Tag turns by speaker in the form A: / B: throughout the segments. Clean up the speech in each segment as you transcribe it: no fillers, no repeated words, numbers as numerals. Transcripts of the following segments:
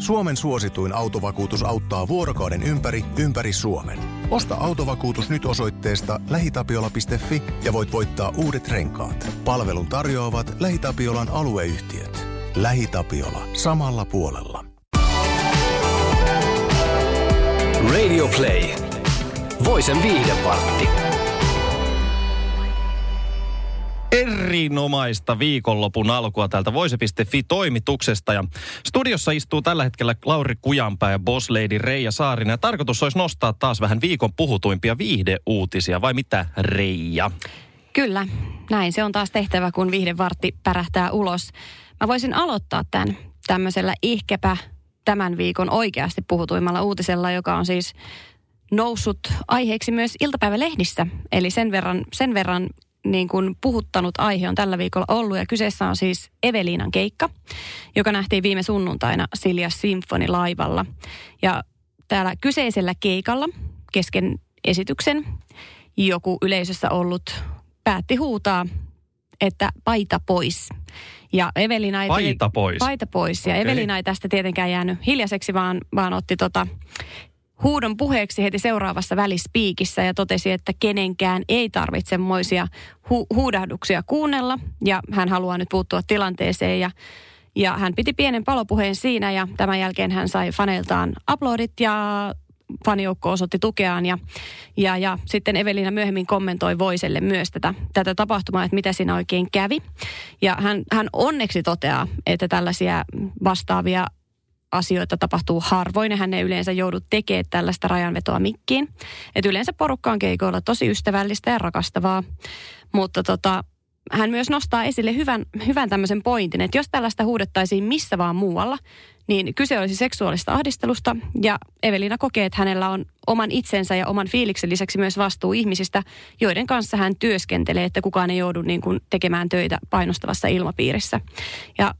A: Suomen suosituin autovakuutus auttaa vuorokauden ympäri Suomen. Osta autovakuutus nyt osoitteesta lähitapiola.fi ja voit voittaa uudet renkaat. Palvelun tarjoavat LähiTapiolan alueyhtiöt. LähiTapiola. Samalla puolella.
B: Radio Play. Voisen viihdevartti.
C: Erinomaista viikonlopun alkua täältä Voise.fi-toimituksesta. Ja studiossa istuu tällä hetkellä Lauri Kujanpää ja Boss Lady Reija Saarinen. Ja tarkoitus olisi nostaa taas vähän viikon puhutuimpia viihdeuutisia, vai mitä, Reija?
D: Kyllä, näin se on taas tehtävä, kun viihdevartti pärähtää ulos. Mä voisin aloittaa tämän tämmöisellä ehkäpä tämän viikon oikeasti puhutuimmalla uutisella, joka on siis noussut aiheeksi myös iltapäivälehdissä. Eli sen verran niin kuin puhuttanut aihe on tällä viikolla ollut, ja kyseessä on siis Eveliinan keikka, joka nähtiin viime sunnuntaina Silja Symphony-laivalla. Ja täällä kyseisellä keikalla kesken esityksen joku yleisössä ollut päätti huutaa, että paita pois. Ja Eveliina ei paita pois. Ja Eveliina ei tästä tietenkään jäänyt hiljaiseksi, vaan otti huudon puheeksi heti seuraavassa välispiikissä ja totesi, että kenenkään ei tarvitse moisia huudahduksia kuunnella. Ja hän haluaa nyt puuttua tilanteeseen ja hän piti pienen palopuheen siinä ja tämän jälkeen hän sai faneiltaan aplodit ja fanijoukko osoitti tukeaan ja sitten Eveliina myöhemmin kommentoi Voiselle myös tätä tapahtumaa, että mitä siinä oikein kävi. Ja hän onneksi toteaa, että tällaisia vastaavia asioita tapahtuu harvoin ja hän ei yleensä joudu tekemään tällaista rajanvetoa mikkiin. Että yleensä porukka on keikoilla tosi ystävällistä ja rakastavaa, mutta hän myös nostaa esille hyvän tämmöisen pointin, että jos tällaista huudettaisiin missä vaan muualla, niin kyse olisi seksuaalista ahdistelusta ja Eveliina kokee, että hänellä on oman itsensä ja oman fiiliksen lisäksi myös vastuu ihmisistä, joiden kanssa hän työskentelee, että kukaan ei joudu niin kuin tekemään töitä painostavassa ilmapiirissä. Ja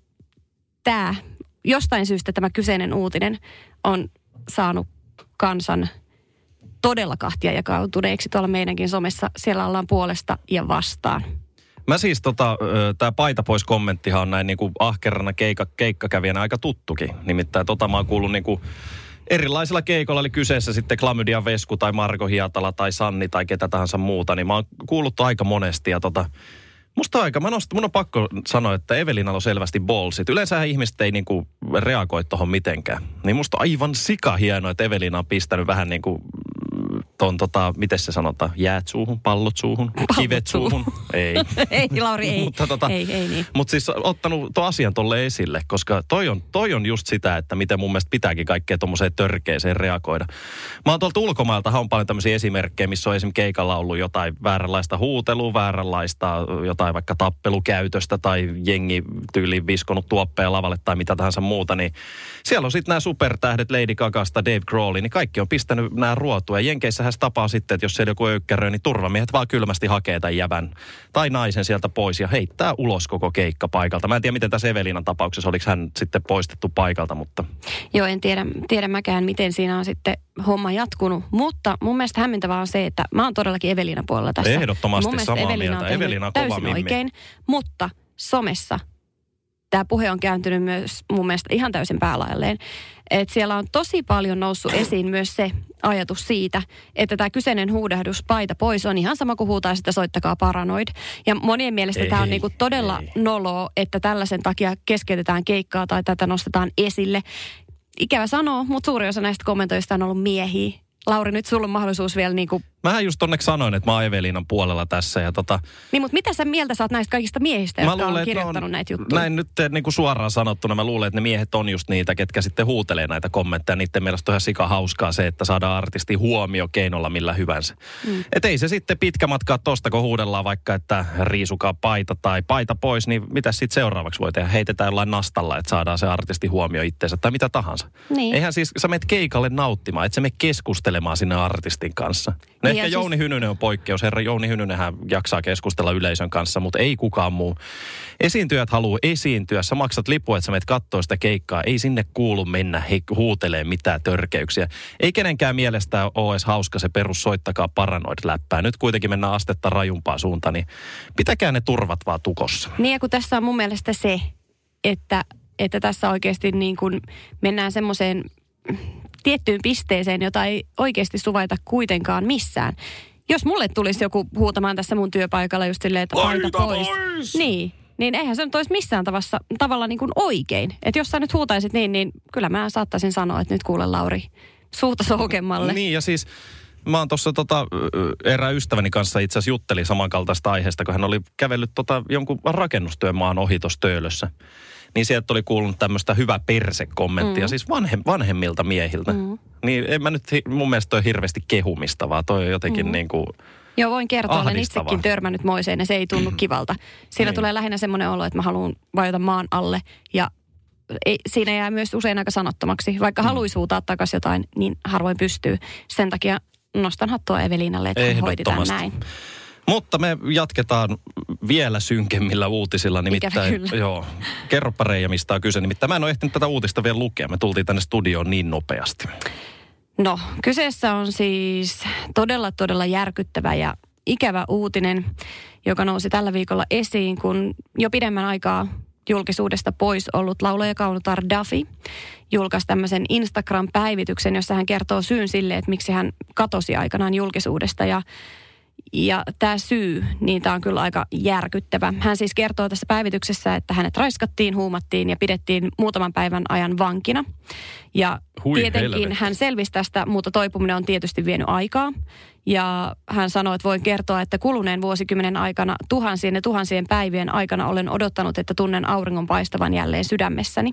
D: jostain syystä tämä kyseinen uutinen on saanut kansan todella kahtia jakautuneeksi tuolla meidänkin somessa. Siellä ollaan puolesta ja vastaan.
C: Mä siis tää paita pois -kommenttihan on näin niinku ahkerana keikkakävijänä aika tuttukin. Nimittäin mä oon kuullut niinku erilaisilla keikoilla, oli kyseessä sitten Klamydia Vesku tai Marko Hietala tai Sanni tai ketä tahansa muuta, niin mä oon kuullut aika monesti ja mun on pakko sanoa, että Eveliinalla on selvästi ballsit. Yleensähän ihmiset ei niinku reagoi tohon mitenkään. Niin musta on aivan sika hienoa, että Eveliina on pistänyt vähän niinku miten se sanotaan, jäät suuhun, pallot suuhun, kivet suuhun. Ei.
D: Ei, Lauri, ei.
C: Mutta
D: ei niin.
C: Mutta siis ottanut tuon asian tolle esille, koska toi on just sitä, että miten mun mielestä pitääkin kaikkea tommoseen törkeeseen reagoida. Mä oon tuolta ulkomailtahan on paljon tämmöisiä esimerkkejä, missä on esimerkiksi keikalla ollut jotain vääränlaista huutelua, vääränlaista jotain vaikka tappelukäytöstä tai jengi tyyliin viskonut tuoppeja lavalle tai mitä tahansa muuta, niin siellä on sitten nämä supertähdet Lady Gagasta, Dave Grohl, niin kaikki on pistänyt nämä ruotua. Ja Jenkeissähän se tapaa sitten, että jos siellä joku öykkäröi, niin turvamiehet vaan kylmästi hakee tämän jävän tai naisen sieltä pois ja heittää ulos koko keikka paikalta. Mä en tiedä, miten tässä Eveliinan tapauksessa, oliko hän sitten poistettu paikalta, mutta... Joo,
D: en tiedä mäkään, miten siinä on sitten homma jatkunut. Mutta mun mielestä hämmentävää on se, että mä oon todellakin Eveliinan puolella tässä.
C: Ehdottomasti samaa mieltä. Eveliina on kova mimmi.
D: Oikein, mutta somessa tämä puhe on kääntynyt myös mun mielestä ihan täysin päälailleen. Että siellä on tosi paljon noussut esiin myös se ajatus siitä, että tämä kyseinen huudahdus paita pois on ihan sama kuin huutaa sitä soittakaa Paranoid. Ja monien mielestä tämä on niinku todella noloa, että tällaisen takia keskeytetään keikkaa tai tätä nostetaan esille. Ikävä sanoa, mutta suuri osa näistä kommentoista on ollut miehiä. Lauri, nyt sulla on mahdollisuus vielä niinku...
C: Mähän just onneksi sanoin, että mä oon Eveliinan puolella tässä ja
D: Niin, mutta mitä sä mieltä saat näistä kaikista miehistä, jotka on kirjoittanut näitä juttuja?
C: Näin nyt niin kuin suoraan sanottuna mä luulen, että ne miehet on just niitä, ketkä sitten huutelee näitä kommentteja. Niiden mielestä on ihan sika hauskaa se, että saadaan artisti huomio keinolla millä hyvänsä. Et ei se sitten pitkä matkaa tosta, kun huudellaan vaikka, että riisukaa paita tai paita pois, niin mitä sitten seuraavaksi voi tehdä? Heitetään jollain nastalla, että saadaan se artisti huomio itseensä tai mitä tahansa. Niin. Eihän siis, sä menet keikalle nauttimaan, et sä mene keskustelemaan sinne artistin kanssa. No ehkä Jouni Hynynen on poikkeus. Herra Jouni Hynynenhän jaksaa keskustella yleisön kanssa, mutta ei kukaan muu. Esiintyjät haluaa esiintyä. Sä maksat lipua, että sä menet kattoo sitä keikkaa. Ei sinne kuulu mennä huutelee mitään törkeyksiä. Ei kenenkään mielestä ole edes hauska se perus soittakaa Paranoid-läppää. Nyt kuitenkin mennään astetta rajumpaa suuntaan, niin pitäkää ne turvat vaan tukossa.
D: Niin ja kun tässä on mun mielestä se, että että tässä oikeasti niin kuin mennään semmoiseen tiettyyn pisteeseen, jota ei oikeasti suvaita kuitenkaan missään. Jos mulle tulisi joku huutamaan tässä mun työpaikalla just silleen, että paita pois. Niin eihän se nyt olisi missään tavalla niin kuin oikein. Että jos sä nyt huutaisit niin kyllä mä saattaisin sanoa, että nyt kuule Lauri, suuta soukemmalle.
C: Niin ja siis mä oon tuossa erään ystäväni kanssa itse asiassa juttelin samankaltaista aiheesta, kun hän oli kävellyt jonkun rakennustyömaan ohi tuossa Töölössä. Niin sieltä oli kuulunut tämmöistä hyvä perse-kommenttia, siis vanhemmilta miehiltä. Niin en mä nyt, mun mielestä toi hirveästi kehumista, vaan toi on jotenkin niin kuin
D: Joo, voin kertoa, olen itsekin törmännyt moiseen ja se ei tunnu kivalta. Siinä tulee lähinnä semmoinen olo, että mä haluan vajota maan alle ja siinä jää myös usein aika sanottomaksi. Vaikka haluaisi huutaa takaisin jotain, niin harvoin pystyy. Sen takia nostan hattua Evelinalle, että hän hoiti tämän näin.
C: Mutta me jatketaan vielä synkemmillä uutisilla. Nimittäin, joo, kerropa Reija, mistä on kyse. Nimittäin mä en ole ehtinyt tätä uutista vielä lukea. Me tultiin tänne studioon niin nopeasti.
D: No, kyseessä on siis todella järkyttävä ja ikävä uutinen, joka nousi tällä viikolla esiin, kun jo pidemmän aikaa julkisuudesta pois ollut laulaja kaunotar Duffy julkaisi tämmöisen Instagram-päivityksen, jossa hän kertoo syyn sille, että miksi hän katosi aikanaan julkisuudesta. Ja tämä syy, niin tämä on kyllä aika järkyttävä. Hän siis kertoo tässä päivityksessä, että hänet raiskattiin, huumattiin ja pidettiin muutaman päivän ajan vankina. Ja tietenkin hän selvisi tästä, mutta toipuminen on tietysti vienyt aikaa. Ja hän sanoi, että voin kertoa, että kuluneen vuosikymmenen aikana tuhansien ja tuhansien päivien aikana olen odottanut, että tunnen auringon paistavan jälleen sydämessäni.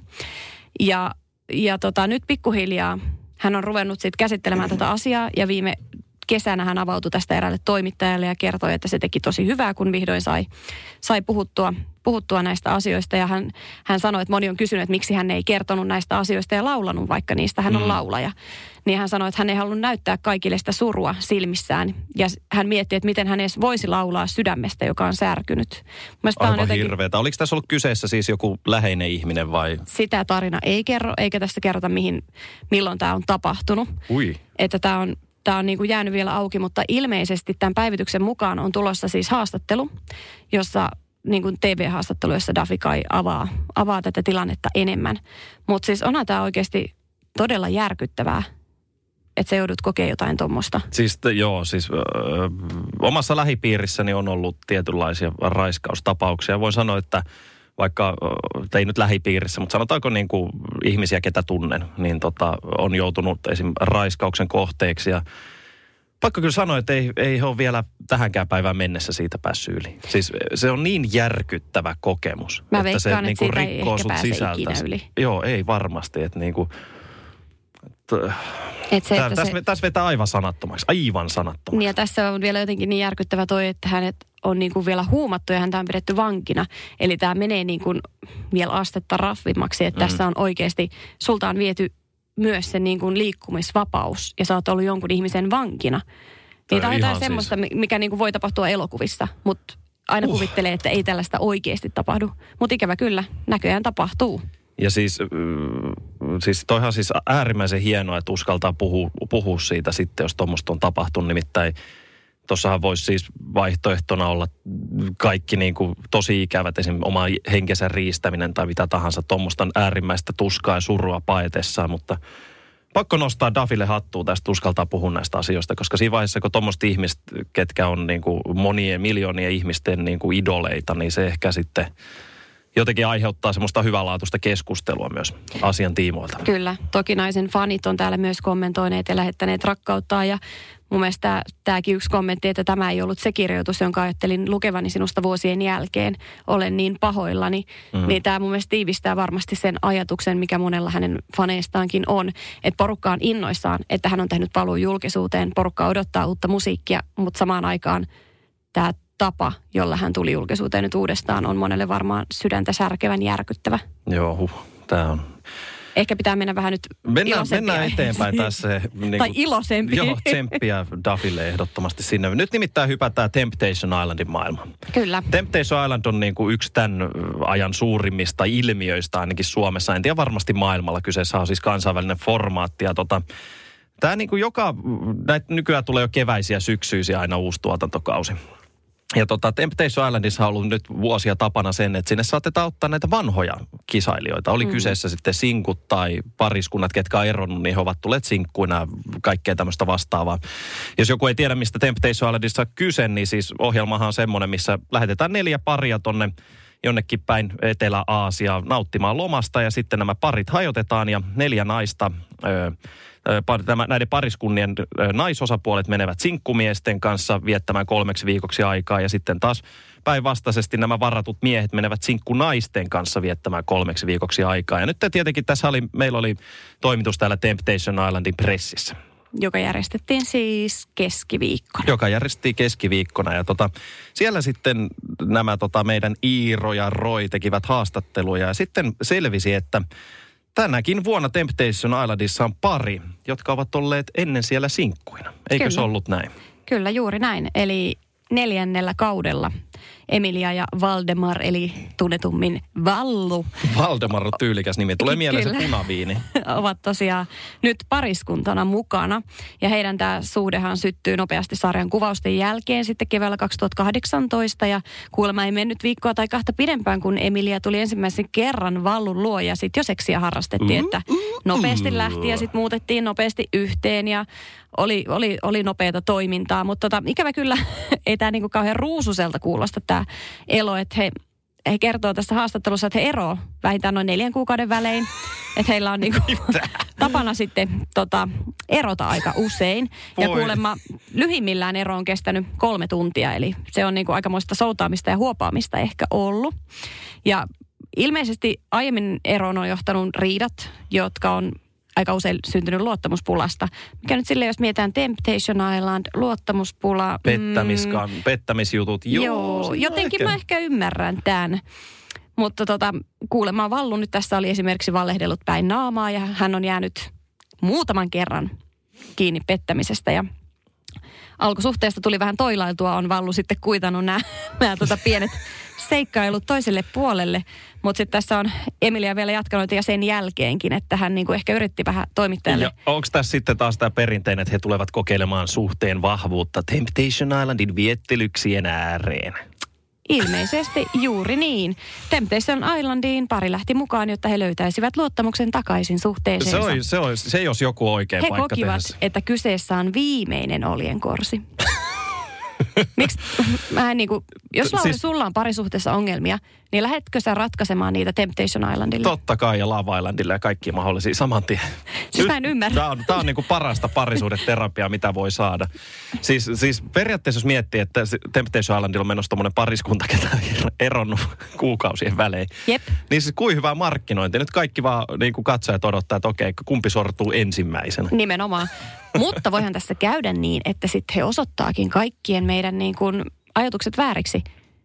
D: Ja nyt pikkuhiljaa hän on ruvennut sitten käsittelemään tätä asiaa ja viime kesänä hän avautui tästä eräälle toimittajalle ja kertoi, että se teki tosi hyvää, kun vihdoin sai puhuttua näistä asioista. Ja hän sanoi, että moni on kysynyt, että miksi hän ei kertonut näistä asioista ja laulanut, vaikka niistä hän on laulaja. Niin hän sanoi, että hän ei halunnut näyttää kaikille sitä surua silmissään. Ja hän mietti, että miten hän edes voisi laulaa sydämestä, joka on särkynyt.
C: Aivan jotenkin hirveetä. Oliko tässä ollut kyseessä siis joku läheinen ihminen vai?
D: Sitä tarina ei kerro, eikä tässä kerrota milloin tämä on tapahtunut. Että tämä on niin kuin jäänyt vielä auki, mutta ilmeisesti tämän päivityksen mukaan on tulossa siis haastattelu, jossa niin kuin TV-haastattelu, jossa Duffy Kai avaa tätä tilannetta enemmän. Mutta siis onhan tämä oikeasti todella järkyttävää, että sä joudut kokemaan jotain tuommoista.
C: Siis omassa lähipiirissäni on ollut tietynlaisia raiskaustapauksia. Voin sanoa, että vaikka ei nyt lähipiirissä, mutta sanotaanko niin kuin ihmisiä, ketä tunnen, niin on joutunut esim. Raiskauksen kohteeksi. Ja pakko kyllä sanoa, että ei ole vielä tähänkään päivään mennessä siitä päässyt yli. Siis se on niin järkyttävä kokemus.
D: Mä veikkaan,
C: se
D: että niin siitä ei ehkä pääse ikinä yli.
C: Joo, ei varmasti. Että niin kuin, tässä vetää aivan sanattomaksi.
D: Niin ja tässä on vielä jotenkin niin järkyttävä toi, että hänet on niin kuin vielä huumattu ja häntä on pidetty vankina. Eli tämä menee niin kuin vielä astetta raffimmaksi, että tässä on oikeasti, sulta on viety myös se niin kuin liikkumisvapaus ja sä oot ollut jonkun ihmisen vankina. Niin tämä on jotain semmoista, mikä niin kuin voi tapahtua elokuvissa, mutta aina kuvittelee, että ei tällaista oikeasti tapahdu. Mutta ikävä kyllä, näköjään tapahtuu.
C: Ja siis toihan siis äärimmäisen hienoa, että uskaltaa puhua siitä sitten, jos tuommoista on tapahtunut. Nimittäin tuossahan voisi siis vaihtoehtona olla kaikki niin kuin tosi ikävät, esimerkiksi oma henkensä riistäminen tai mitä tahansa. Tuommoista on äärimmäistä tuskaa ja surua paetessaan, mutta pakko nostaa Duffylle hattua tästä, uskaltaa puhua näistä asioista, koska siinä vaiheessa, kun tuommoista ihmistä, ketkä on niin kuin monien miljoonien ihmisten niin kuin idoleita, niin se ehkä sitten jotenkin aiheuttaa semmoista hyvänlaatuista keskustelua myös asian tiimoilta.
D: Kyllä. Toki naisen fanit on täällä myös kommentoineet ja lähettäneet rakkauttaa. Ja mun mielestä tämäkin yksi kommentti, että tämä ei ollut se kirjoitus, jonka ajattelin lukevani sinusta vuosien jälkeen. Olen niin pahoillani. Niin tämä mun mielestä tiivistää varmasti sen ajatuksen, mikä monella hänen faneistaankin on. Että porukka on innoissaan, että hän on tehnyt paluun julkisuuteen. Porukka odottaa uutta musiikkia, mutta samaan aikaan tämä tapa, jolla hän tuli julkisuuteen nyt uudestaan, on monelle varmaan sydäntä särkevän järkyttävä.
C: Joo, tämä on.
D: Ehkä pitää mennä vähän nyt
C: Mennään eteenpäin tässä. Niin
D: tai iloisempi.
C: Joo, tsemppiä Duffylle ehdottomasti sinne. Nyt nimittäin hypätään Temptation Islandin maailmaan.
D: Kyllä.
C: Temptation Island on niin kuin yksi tämän ajan suurimmista ilmiöistä ainakin Suomessa. En tiedä varmasti maailmalla. Kyseessä on siis kansainvälinen formaatti. Ja tämä niin kuin nykyään tulee jo keväisiä syksyisiä aina uusi tuotantokausi. Ja Temptation Islandissa on ollut nyt vuosia tapana sen, että sinne saatetaan ottaa näitä vanhoja kisailijoita. Oli kyseessä sitten sinkut tai pariskunnat, ketkä on eronnut, niin he ovat tulleet sinkkuina ja kaikkea tämmöistä vastaavaa. Jos joku ei tiedä, mistä Temptation Islandissa on kyse, niin siis ohjelmahan on semmoinen, missä lähetetään 4 paria tonne jonnekin päin Etelä-Aasiaan nauttimaan lomasta ja sitten nämä parit hajotetaan ja 4 naista, näiden pariskunnien naisosapuolet menevät sinkkumiesten kanssa viettämään 3 viikoksi aikaa ja sitten taas päinvastaisesti nämä varatut miehet menevät sinkkunaisten kanssa viettämään 3 viikoksi aikaa. Ja nyt tietenkin meillä oli toimitus täällä Temptation Islandin pressissä.
D: Joka järjestettiin siis keskiviikkona.
C: Joka järjestettiin keskiviikkona ja siellä sitten nämä meidän Iiro ja Roy tekivät haastatteluja ja sitten selvisi, että tänäkin vuonna Temptation Islandissa on pari, jotka ovat olleet ennen siellä sinkkuina. Eikö se ollut näin?
D: Kyllä, juuri näin. Eli 4. kaudella Emilia ja Valdemar, eli tunnetummin Vallu.
C: Valdemar on tyylikäs nimi. Tulee mieleen se punaviini.
D: Ovat tosiaan nyt pariskuntana mukana. Ja heidän tämä suhdehan syttyy nopeasti sarjan kuvausten jälkeen sitten keväällä 2018. Ja kuulemma ei mennyt viikkoa tai 2 pidempään, kun Emilia tuli ensimmäisen kerran Vallun luo. Ja sitten jo seksiä harrastettiin, että nopeasti lähti ja sitten muutettiin nopeasti yhteen. Ja oli nopeata toimintaa. Mutta ikävä kyllä ei tämä niinku kauhean ruususelta kuulosta tämä elo, että he kertoo tässä haastattelussa, että he eroo vähintään noin 4 kuukauden välein. Että heillä on niinku tapana sitten erota aika usein. Ja kuulemma lyhimmillään ero on kestänyt 3 tuntia, eli se on niinku aikamoista soutaamista ja huopaamista ehkä ollut. Ja ilmeisesti aiemmin eroon on johtanut riidat, jotka on aika usein syntynyt luottamuspulasta. Mikä nyt silleen, jos mietitään Temptation Island, luottamuspula.
C: Pettämisjutut.
D: Joo, jotenkin mä ehkä ymmärrän tämän. Mutta kuulemma Vallu nyt tässä oli esimerkiksi valehdellut päin naamaa ja hän on jäänyt muutaman kerran kiinni pettämisestä ja alkusuhteesta tuli vähän toilailtua, on Vallu sitten kuitannut nämä pienet seikkailut toiselle puolelle, mutta sitten tässä on Emilia vielä jatkanut ja sen jälkeenkin, että hän niinku ehkä yritti vähän toimittajalle.
C: Ja onko tässä sitten taas tämä perinteinen, että he tulevat kokeilemaan suhteen vahvuutta Temptation Islandin viettelyksien ääreen?
D: Ilmeisesti juuri niin. Temptation Islandiin pari lähti mukaan, jotta he löytäisivät luottamuksen takaisin suhteeseensa.
C: Se jos joku oikein
D: he
C: paikka
D: kokivat,
C: tehdessä.
D: että kyseessä on viimeinen oljenkorsi. Miksi? Jos Lauri, sulla on parisuhteessa ongelmia, niin lähetkö sä ratkaisemaan niitä Temptation Islandille?
C: Totta kai, ja Love Islandille ja kaikki mahdollisia saman tien.
D: Siis mä en ymmärrä.
C: Tämä on niinku parasta parisuhdeterapiaa, mitä voi saada. Siis periaatteessa jos miettii, että Temptation Islandilla on menossa tommoinen pariskunta, ketä on eronnut kuukausien välein.
D: Jep.
C: Niin siis kuin hyvää markkinointia. Nyt kaikki vaan niinku katsojat odottaa, että okei, kumpi sortuu ensimmäisenä.
D: Nimenomaan. Mutta voihan tässä käydä niin, että sitten he osoittaakin kaikkien meidän niin kuin ajatukset vääriksi,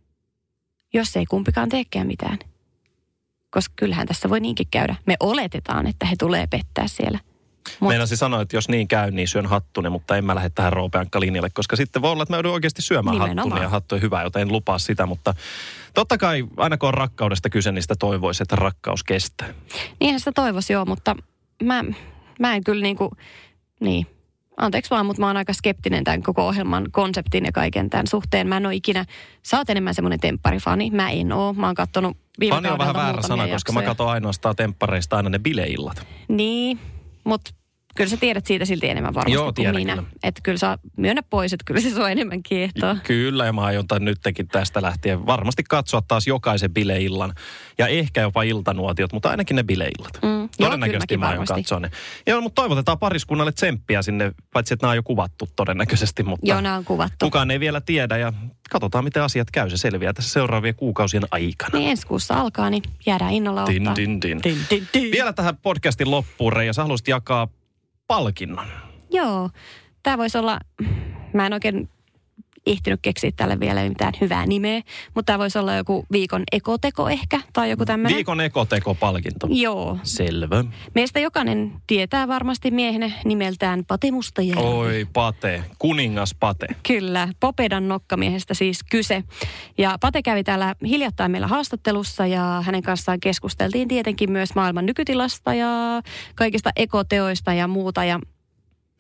D: jos ei kumpikaan teekään mitään. Koska kyllähän tässä voi niinkin käydä. Me oletetaan, että he tulee pettää siellä.
C: Meinasin sanoa, että jos niin käy, niin syön hattune, mutta en mä lähde tähän Roope-Ankka-linjalle, koska sitten voi olla, että mä joudun oikeasti syömään hattune ja hattu on hyvä, joten en lupaa sitä. Mutta totta kai aina kun on rakkaudesta kyse, niin sitä toivoisi, että rakkaus kestää.
D: Niinhän sitä toivoisi, joo, mutta mä en kyllä niin. Anteeksi vaan, mutta mä oon aika skeptinen tämän koko ohjelman konseptin ja kaiken tämän suhteen. Mä en ole ikinä, sä oot enemmän semmoinen tempparifani. Mä en oo. Mä oon kattonut viime kaudelta
C: muutamia jaksoja. Fani on vähän väärä sana, koska mä katson ainoastaan temppareista aina ne bileillat.
D: Niin, mutta kyllä sä tiedät siitä silti enemmän varmasti kuin minä. Että kyllä sä myönnä pois, että kyllä se sua enemmän kiehtoo.
C: Kyllä, ja mä aion nytkin tästä lähtien varmasti katsoa taas jokaisen bileillan. Ja ehkä jopa iltanuotiot, mutta ainakin ne bileillat. Todennäköisesti mä aion katsoa ne. Joo, mutta toivotetaan pariskunnalle tsemppiä sinne, paitsi että nämä on jo kuvattu todennäköisesti. Mutta
D: joo, nämä on kuvattu.
C: Kukaan ei vielä tiedä ja katsotaan, miten asiat käy. Se selviää tässä seuraavien kuukausien aikana.
D: Niin ensi kuussa alkaa, niin jäädään innolla ottaa.
C: Vielä tähän podcastin loppuun, Reija, sä haluaisit jakaa palkinnon.
D: Joo, tämä voisi olla, mä en oikein ehtinyt keksiä tälle vielä mitään hyvää nimeä, mutta tämä voisi olla joku viikon ekoteko ehkä, tai joku tämmöinen.
C: Viikon ekoteko-palkinto.
D: Joo.
C: Selvä.
D: Meistä jokainen tietää varmasti miehenä nimeltään Pate Mustajärvi.
C: Oi, Pate. Kuningas Pate.
D: Kyllä, Popedan nokkamiehestä siis kyse. Ja Pate kävi täällä hiljattain meillä haastattelussa ja hänen kanssaan keskusteltiin tietenkin myös maailman nykytilasta ja kaikista ekoteoista ja muuta. Ja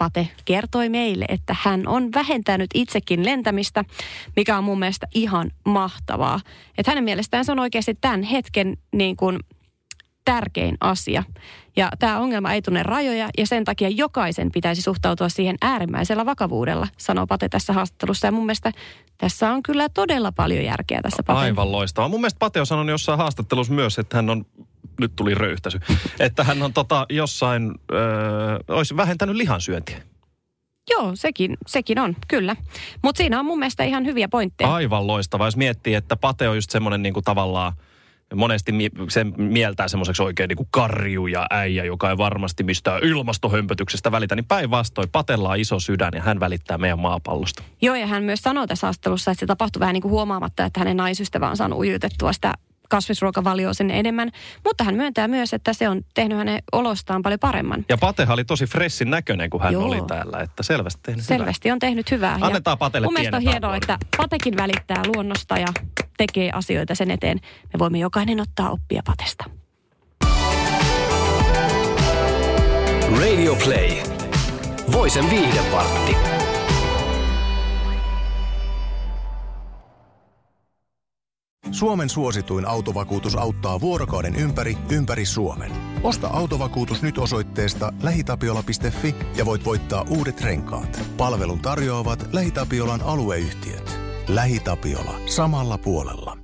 D: Pate kertoi meille, että hän on vähentänyt itsekin lentämistä, mikä on mun mielestä ihan mahtavaa. Että hänen mielestään se on oikeasti tämän hetken niin kuin tärkein asia. Ja tämä ongelma ei tunne rajoja ja sen takia jokaisen pitäisi suhtautua siihen äärimmäisellä vakavuudella, sanoo Pate tässä haastattelussa. Ja mun mielestä tässä on kyllä todella paljon järkeä tässä Paten.
C: Aivan loistavaa. Mun mielestä Pate on sanonut jossain haastattelussa myös, että hän on, nyt tuli röyhtäisy, että hän on olisi vähentänyt lihansyöntiä.
D: Joo, sekin on, kyllä. Mutta siinä on mun mielestä ihan hyviä pointteja.
C: Aivan loistavaa. Jos miettii, että Pate on just semmoinen niin kuin tavallaan, monesti sen mieltää semmoiseksi oikein niin kuin karju ja äijä, joka ei varmasti mistään ilmastohömpötyksestä välitä, niin päinvastoin Patella on iso sydän ja hän välittää meidän maapallosta.
D: Joo, ja hän myös sanoo tässä haastattelussa, että se tapahtui vähän niin kuin huomaamatta, että hänen naisystävä on saanut ujutettua sitä kasvisruokavalioa sen enemmän, mutta hän myöntää myös, että se on tehnyt hänen olostaan paljon paremman.
C: Ja Patehan oli tosi freshin näköinen, kun hän oli täällä, että selvästi
D: on tehnyt hyvää.
C: Annetaan Patelle
D: mun mielestä on hienoa, että Patekin välittää luonnosta ja tekee asioita sen eteen. Me voimme jokainen ottaa oppia Patesta.
B: Radio Play. Voisen viihdevartti.
A: Suomen suosituin autovakuutus auttaa vuorokauden ympäri Suomen. Osta autovakuutus nyt osoitteesta lähitapiola.fi ja voit voittaa uudet renkaat. Palvelun tarjoavat LähiTapiolan alueyhtiöt. LähiTapiola. Samalla puolella.